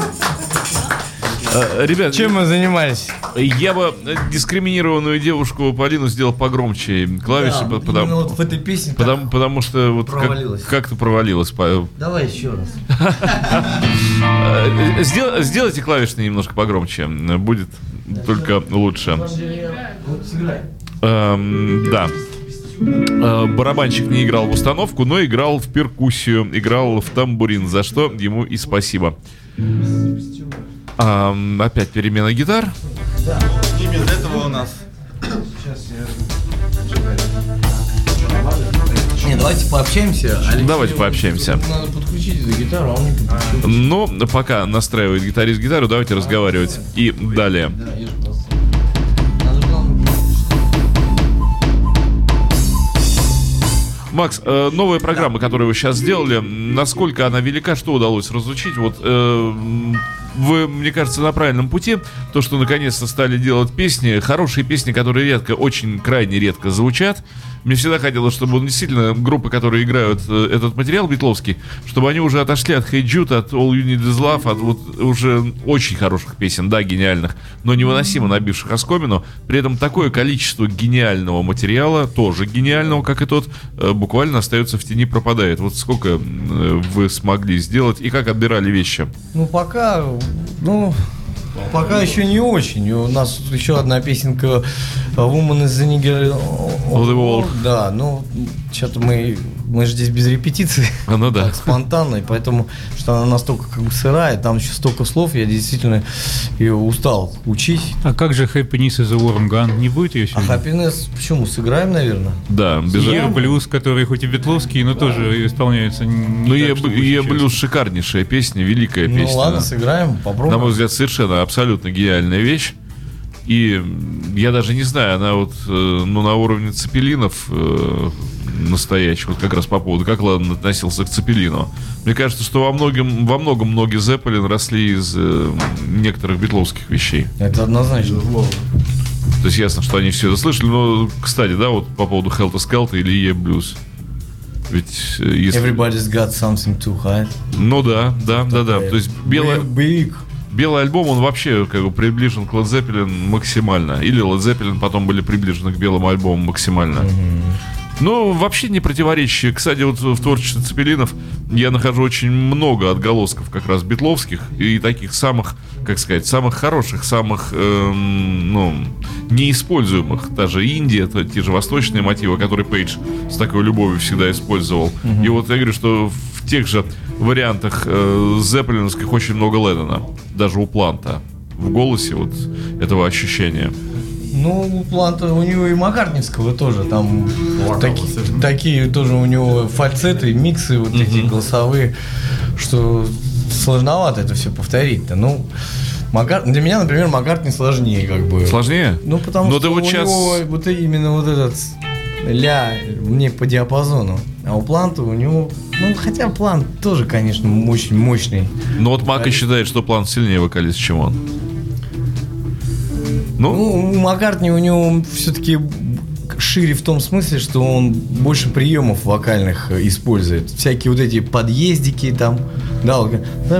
Ребят, чем мы занимались? Я бы дискриминированную девушку Полину сделал погромче клавиши, да, потому, вот в этой песне потому, потому что вот провалилась. Как, как-то провалилась. Давай еще раз. Сдел, сделайте клавишные немножко погромче, будет да, только все. Лучше. Эм, да. Барабанщик не играл в установку, но играл в перкуссию, играл в тамбурин, за что ему и спасибо. А, опять перемена гитар. Да. И без этого у нас. Не, давайте пообщаемся. Алексей, давайте пообщаемся. Надо подключить эту гитару, а он не подключил. Но пока настраивает гитарист гитару, давайте а, разговаривать. И далее. Да, я же Макс, э, новая программа, да. которую вы сейчас сделали, насколько она велика, что удалось разучить? Вот э, вы, мне кажется, на правильном пути. То, что наконец-то стали делать песни, хорошие песни, которые редко, очень крайне редко звучат. Мне всегда хотелось, чтобы он действительно, группы, которые играют э, этот материал битловский, чтобы они уже отошли от Hey Jude, от All You Need Is Love, от вот уже очень хороших песен, да, гениальных, но невыносимо набивших оскомину. При этом такое количество гениального материала, тоже гениального, как и тот, э, буквально остается в тени, пропадает. Вот сколько э, вы смогли сделать и как отбирали вещи? Ну, пока, ну... Пока еще не очень. У нас еще одна песенка Woman is the Nigger of the World. Да, ну что-то мы, мы же здесь без репетиции. А, ну да. Так, спонтанно, и поэтому, что она настолько как бы сырая, там еще столько слов, я действительно ее устал учить. А как же Happiness is a Warm Gun? Не будет ее сегодня? А Happiness, почему? Сыграем, наверное? Да, без Е блюз, который хоть и битловский, но да. тоже исполняется не ну, так, Е блюз шикарнейшая песня, великая ну, песня. Ну ладно, сыграем, попробуем. На мой взгляд, совершенно абсолютно гениальная вещь. И я даже не знаю, она вот ну, на уровне Цепелинов э, настоящих, вот как раз по поводу, как Ладан относился к Цепелину. Мне кажется, что во многом, во многом многие Зеппелин росли из э, некоторых битловских вещей. Это однозначно. То есть ясно, что они все это слышали. Но, кстати, да, вот по поводу Helter Skelter или Е блюз. Ведь если... Everybody's got something to hide. Ну да, да, да, да. То есть белая... Big. Белый альбом, он вообще как бы приближен к Led Zeppelin максимально. Или Led Zeppelin потом были приближены к белому альбому максимально. Mm-hmm. Ну, вообще не противоречие. Кстати, вот в творчестве Цепелинов я нахожу очень много отголосков как раз битловских и таких самых, как сказать, самых хороших, самых, эм, ну, неиспользуемых. Даже Индия, это те же восточные мотивы, которые Пейдж с такой любовью всегда использовал. Mm-hmm. И вот я говорю, что в тех же вариантах э, зеппелиновских очень много Леннона, даже у Планта. В голосе вот этого ощущения. Ну, у Планта, у него и Маккартневского тоже там таки, такие тоже у него фальцеты, миксы вот uh-huh. эти голосовые, что сложновато это все повторить-то. Ну, Маккарт... для меня, например, Маккартни сложнее как бы. Сложнее? Ну, потому Но что вот у сейчас... него вот именно вот этот ля мне по диапазону. А у Планта у него... Ну, хотя Плант тоже, конечно, очень мощный. Но вот Мака считает, что Плант сильнее вокалист, чем он. Ну, ну, у Маккартни у него все-таки шире в том смысле, что он больше приемов вокальных использует. Всякие вот эти подъездики там. Да, он,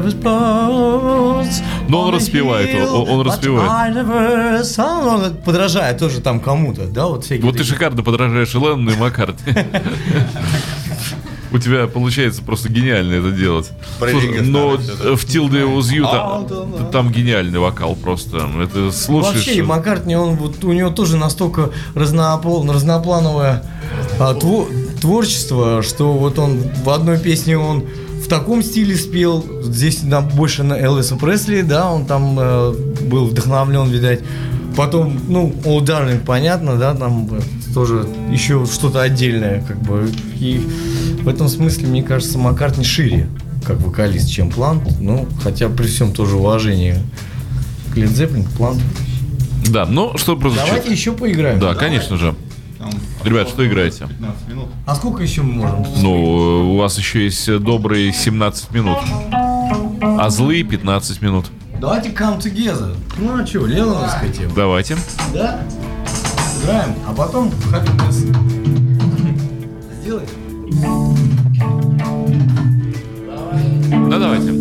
но он распевает, он, он распевает. Он подражает тоже там кому-то, да, вот всякие. Вот ты шикарно подражаешь и Леннону, и Маккартни. У тебя получается просто гениально это делать. Слушай, но в Till They Was You там, там гениальный вокал просто. Это слушаешь. Вообще, Маккартни, он вот у него тоже настолько разнопл... разноплановое а, твор... творчество, что вот он в одной песне он в таком стиле спел, здесь нам больше на Элвиса Пресли, да, он там э, был вдохновлен, видать. Потом, ну, Old Darling, понятно, да, там тоже еще что-то отдельное, как бы. И в этом смысле, мне кажется, Маккартни шире, как вокалист, чем Плант. Ну, хотя при всем тоже уважении к Led Zeppelin, к Планту. Да, ну, что прозвучит? Давайте еще поиграем. Да, конечно же. Ребят, что играете? пятнадцать минут. А сколько еще мы можем? Ну, у вас еще есть добрые семнадцать минут. А злые пятнадцать минут. Давайте Come Together. Ну, а что, ленноновская тема. Давайте. Да? Играем, а потом Happiness. Сделай. Да, давайте.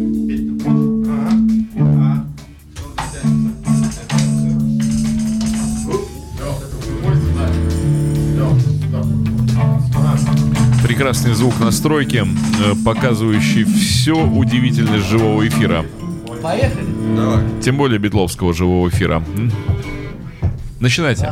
Прекрасный звук настройки, показывающий все удивительность живого эфира. Поехали. Давай. Тем более битловского живого эфира. Начинайте.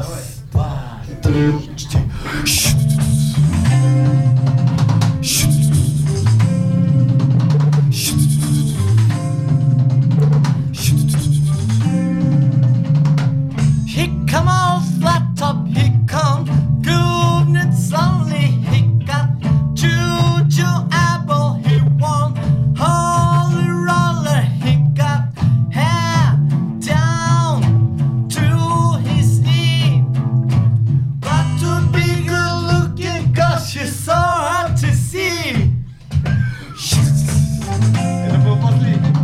He come on flat top, he come good and slowly. He got Juju apple, he won holy roller. He got hair down to his knee. Got to be good looking cause she's so hard to see. Это был последний.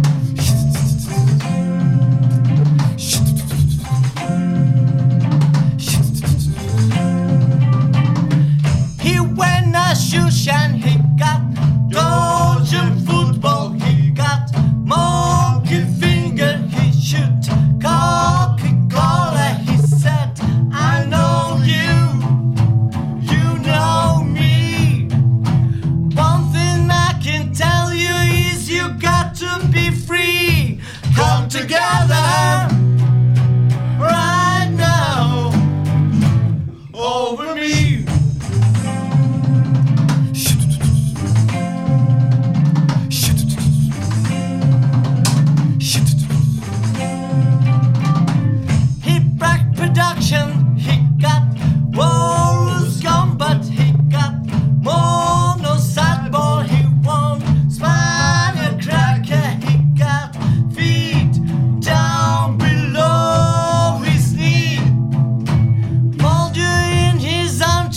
He went a shoe and he got Dodging football. He got monkey finger. He shoot Coca-Cola. He said, I know you, you know me. One thing I can tell you is you got to be free. Come together right now over me. He back production, he got walrus gum, but he got mono sideball. He won spinal cracker, he got feet down below his knee. Fold you in his arms.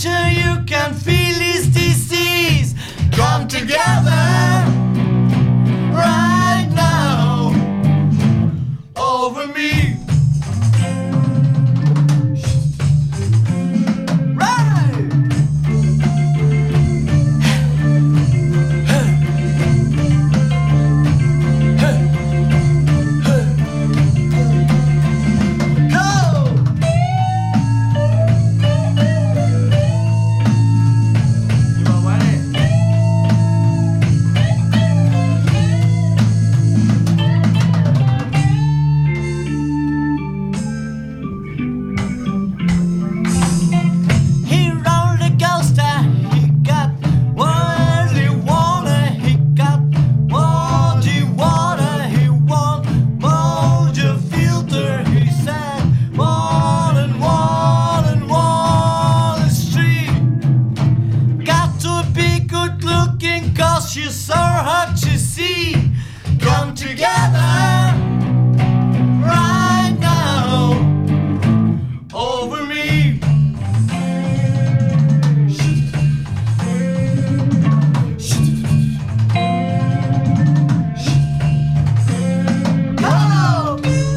what you saw, what you see, come together right now over me. Oh!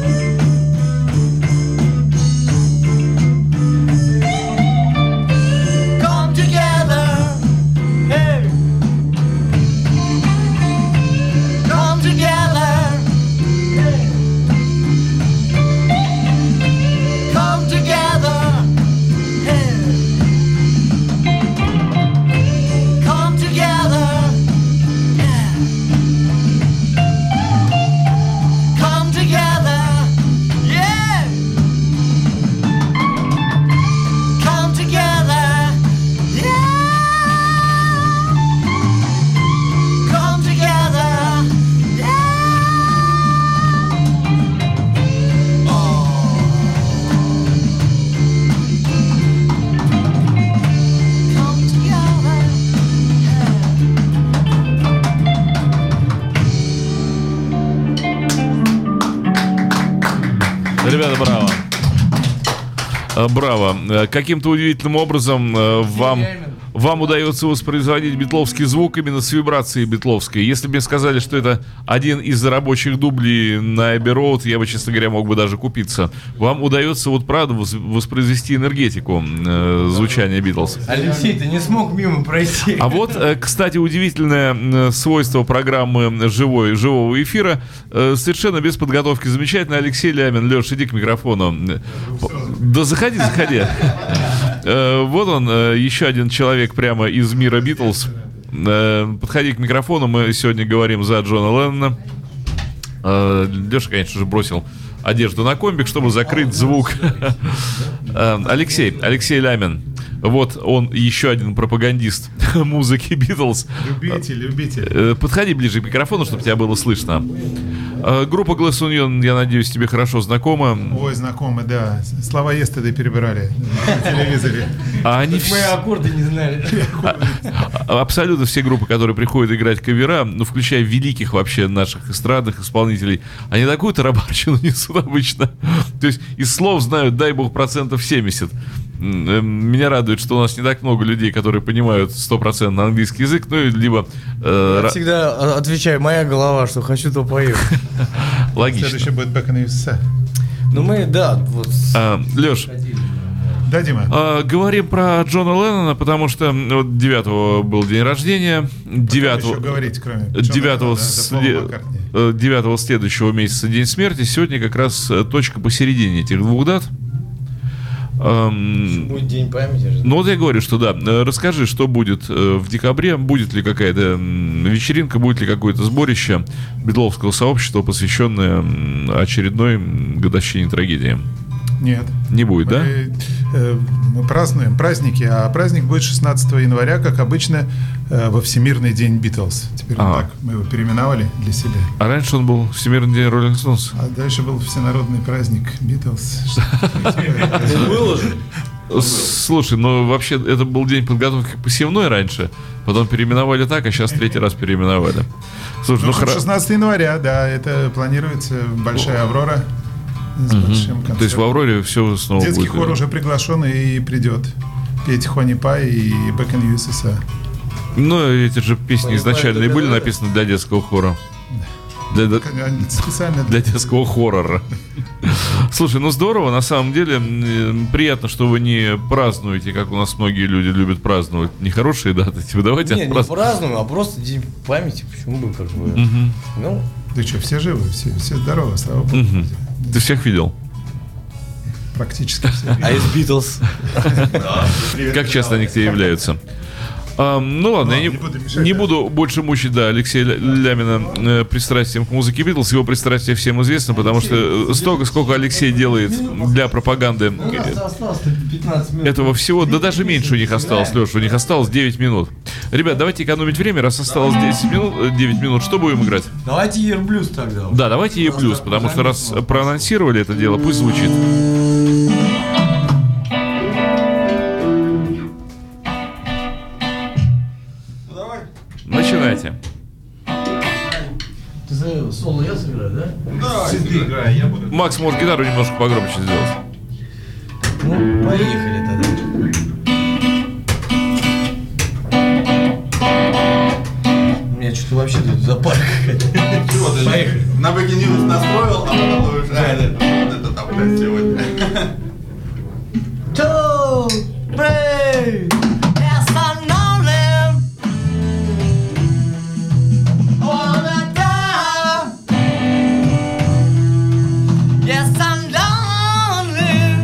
Come together, hey. Come together, hey. Come together, hey. Come together, yeah. Come together, yeah. Come together, yeah. Come together, yeah. Oh. Come together, Ребята, браво. Э, Браво. Э, Каким-то удивительным образом э, вам, вам удается воспроизводить битловский звук именно с вибрацией битловской. Если бы мне сказали, что это один из рабочих дублей на Abbey Road, я бы, честно говоря, мог бы даже купиться. Вам удается вот правда вос- воспроизвести энергетику э, звучания Битлз. Алексей, ты не смог мимо пройти. А вот, э, кстати, удивительное э, свойство программы живой, живого эфира. Э, Совершенно без подготовки. Замечательно. Алексей Лямин. Леш, иди к микрофону. Да заходи, заходи. Э, Вот он, э, еще один человек прямо из мира Битлз. Э, Подходи к микрофону. Мы сегодня говорим за Джона Леннона. Э, Леша, конечно же, бросил одежду на комбик, чтобы закрыть звук. Э, Алексей, Алексей Лямин. Вот он, еще один пропагандист музыки Битлз. Любитель, любитель. Э, Подходи ближе к микрофону, чтобы тебя было слышно. Э, Группа Glass Union, я надеюсь, тебе хорошо знакома. Ой, знакомый, да. Слова Естеды перебирали на телевизоре. А они Мы вс- аккорды не знали. а- абсолютно все группы, которые приходят играть кавера, ну, включая великих вообще наших эстрадных исполнителей, они такую тарабарщину несут обычно. То есть из слов знают, дай бог, процентов семьдесят. М, э, Меня радует, что у нас не так много людей, которые понимают сто процентов на английский язык, ну, и либо э, Я ра- всегда а, отвечаю, моя голова, что хочу, то пою. логично. Следующий будет Back in ю эс эй. Ну мы, да, вот... А, Леш, Да, Дима? а, говорим про Джона Леннона, потому что м, вот девятого был день рождения, девятого Еще говорить, кроме Джона девятого Леннона, да, до Пола Маккартни. э, девятого следующего месяца день смерти. Сегодня как раз э, точка посередине этих двух дат. Эм, Будет день памяти же. Ну вот я говорю, что да. Э, Расскажи, что будет э, в декабре, будет ли какая-то м, вечеринка, будет ли какое-то сборище битловского сообщества, посвященное м, очередной м, годовщине трагедии. Нет. Не будет, да? Мы, э, мы празднуем праздники, а праздник будет шестнадцатого января, как обычно, э, во Всемирный день Битлз. Теперь А. так мы его переименовали для себя. А раньше он был Всемирный день Роллинг Стоунс. А дальше был всенародный праздник Битлз. Было же. Слушай, ну вообще это был день подготовки к посевной раньше, потом переименовали так, а сейчас третий раз переименовали. Слушай, ну Ну, хорошо. шестнадцатого января, да, это планируется большая Аврора с большим концертом. То есть в Авроре все снова Детский будет. хор уже приглашен и придет петь Хони Пай и Back in ю эс эй. Ну, эти же песни Хони изначально Пай и были это написаны для детского хора. Для, для- Они Специально для детского хоррора. Слушай, ну здорово, на самом деле. М, Приятно, что вы не празднуете, как у нас многие люди любят праздновать нехорошие даты. Типа, давайте Не, не отпразднуем. празднуем, а просто день памяти. Почему бы как бы... Мгм. Ну, Ты что, все живы, все, все здоровы, слава богу. Мгм. Ты всех видел? Практически все. а из Битлз? Как часто они к тебе являются? А, ну ладно, я не, не буду мешать, не да. буду больше мучить, да, Алексея Ля- Лямина э, пристрастием к музыке Битлз. Его пристрастие всем известно, потому что э, столько, сколько Алексей делает для пропаганды э, Осталось пятнадцать минут. этого всего, да даже меньше у них осталось, Леша, у них осталось девять минут. Ребят, давайте экономить время, раз осталось десять минут, э, девять минут, что будем играть? Давайте Ерблюз тогда. Да, давайте и плюс, потому что раз проанонсировали это дело, пусть звучит. Начинайте. Давайте. Ты за соло я сыграю, да? Да, ты играй, я буду. Макс может гитару немножко погромче сделать. Ну, поехали тогда. У меня что-то вообще тут запарка какая-то. Чего ты? Поехали. На Бэкиньюз настроил, а потом думаешь, а, это, вот это там, блядь, сегодня. Two, three, yes, I know them. Wanna die. Yes, I'm lonely.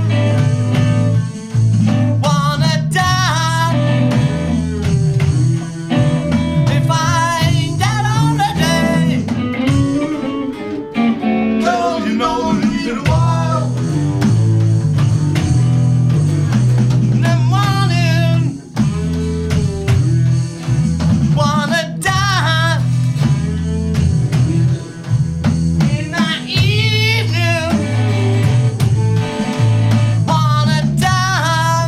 Wanna die. If I ain't dead on the day. Girl, you know the reason why. In the morning, wanna die. In the evening, wanna die.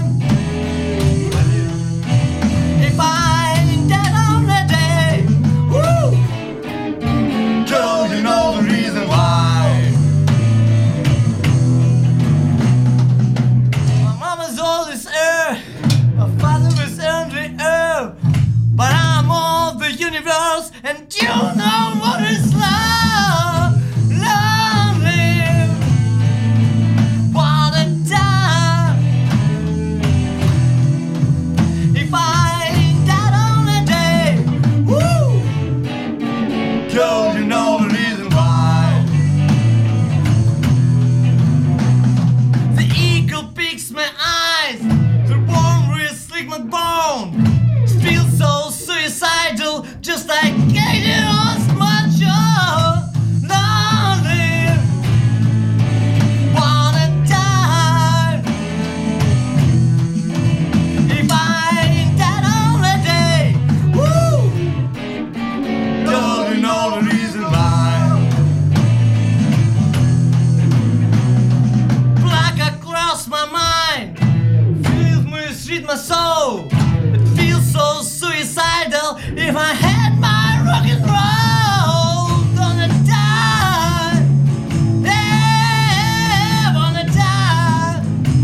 If I ain't dead on the day, woo! Girl, you know the reason why. My mama's all this air, my father is on the air, but I'm of the universe, and you know what it's like. Lonely, wanna die. If I ain't dead on the day, woo! Girl, you know the reason why. The eagle picks my eyes, the warm wrist slick my bone. Feel so suicidal, just like Katie lost my job. Lonely, wanna die. If I ain't dead on the day, woo! Don't you know the reason why? Black across my mind, fills me sweet my soul. It feels so suicidal. If I had my rock and roll, gonna die. Yeah, wanna die.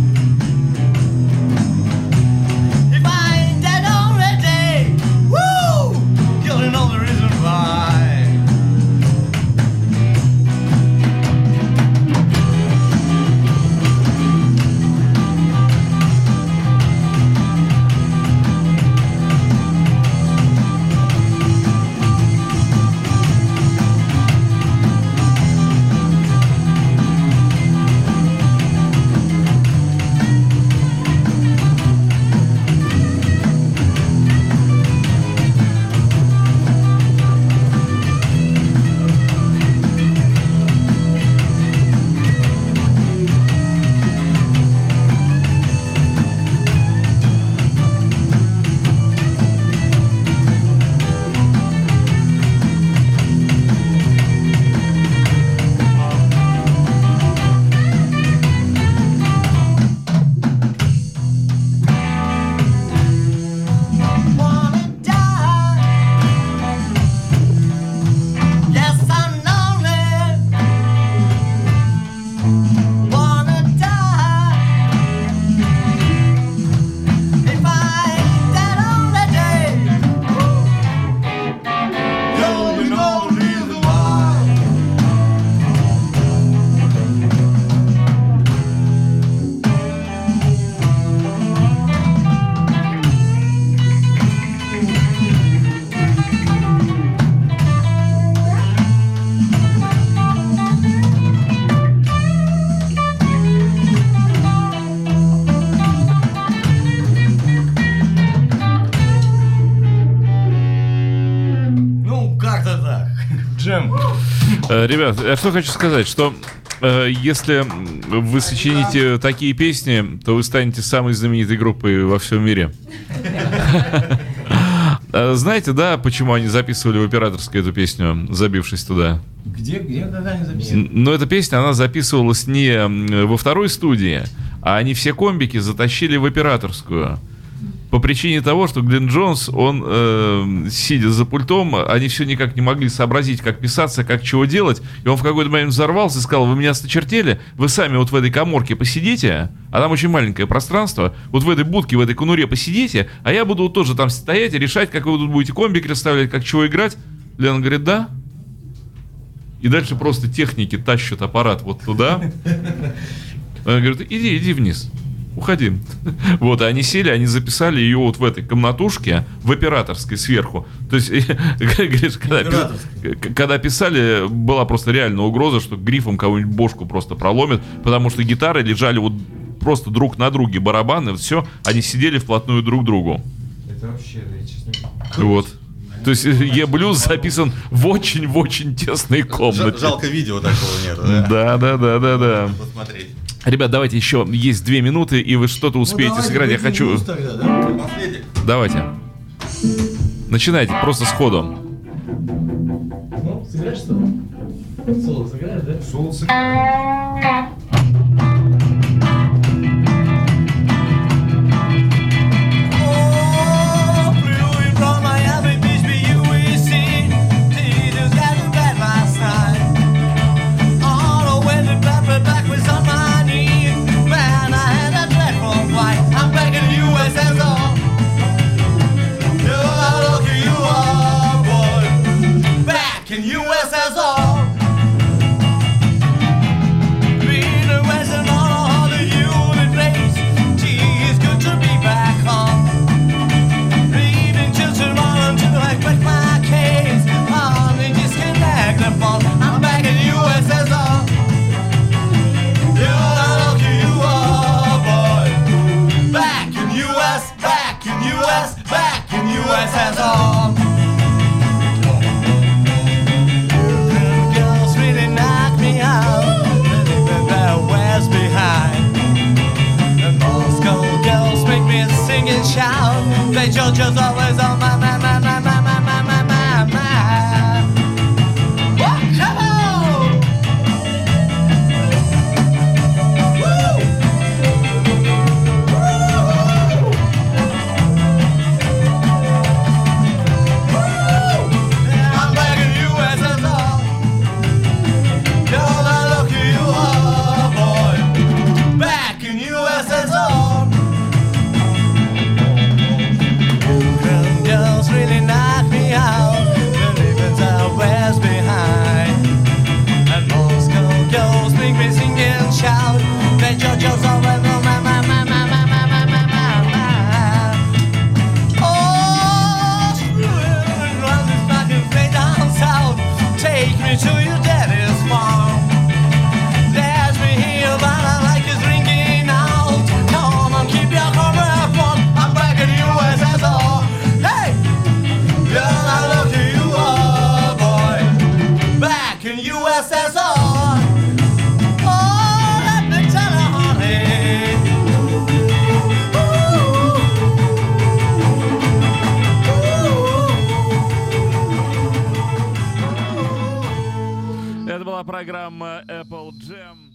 If I ain't dead already, woo! You'll know the reason why. Wanna die. Yes, I'm lonely. Wanna die. If I ain't dead on the day, yo, you know the reason why. Ну, как-то так. Джем. Э, Ребят, я что хочу сказать, что э, если вы сочините такие песни, то вы станете самой знаменитой группой во всем мире. Э, Знаете, да, почему они записывали в операторской эту песню, забившись туда? Где, где, когда они записали? Н- Но эта песня, она записывалась не м, во второй студии, а они все комбики затащили в операторскую. По причине того, что Глен Джонс, он, э, сидя за пультом, они все никак не могли сообразить, как писаться, как чего делать. И он в какой-то момент взорвался и сказал: вы меня осточертели, вы сами вот в этой каморке посидите, а там очень маленькое пространство, вот в этой будке, в этой конуре посидите, а я буду вот тоже там стоять и решать, как вы тут будете комбик расставлять, как чего играть. Лен говорит: да. И дальше просто техники тащат аппарат вот туда. Он говорит: иди, иди вниз. Уходи. Вот, и они сели, они записали ее вот в этой комнатушке, в операторской сверху. То есть, говоришь, когда, пис... когда писали, была просто реальная угроза, что грифом кого-нибудь бошку просто проломит, потому что гитары лежали вот просто друг на друге, барабаны, все, они сидели вплотную друг к другу. Это вообще, да, честно. Вот. То есть Е-блюз записан в очень-очень тесной комнате. Жалко, видео такого нету, да? Да, да, да, да, да. Посмотреть. Ребят, давайте еще, есть две минуты, и вы что-то успеете ну, сыграть. Я хочу... Тогда, да? Последний. Давайте. Начинайте, просто сходу. Ну, сыграешь соло? Соло сыграешь, да? Соло сыграешь. U S S R. Being a Western on all the human race. Gee, it's good to be back home. Leaving children on until I break my case. On the disconnect the phone. I'm back in U S S R. You're not lucky you are, boy. Back in U S, back in U S, back in U S S R. Shout, they judge us always on my, my, my, my, my, my, my, my, my, my. Oh, come on! Woo! Woo! Woo! I'm back in U S S R. You're not lucky you are, boy. Back in U S S R. Really knock me out. The ribbons are west behind. And Moscow girls make me sing and shout. They judge us all and oh my my my my my my my my my my. Oh, screw it and run this back and play down south. Take me to your daddy's farm. Dash me here, but I like his drinking out. Come on, keep your comrade warm. I'm back in U S S R. Hey! You're not lucky you are, boy. Back in U S S R. Oh, let me tell you, honey. Это была программа Apple Jam.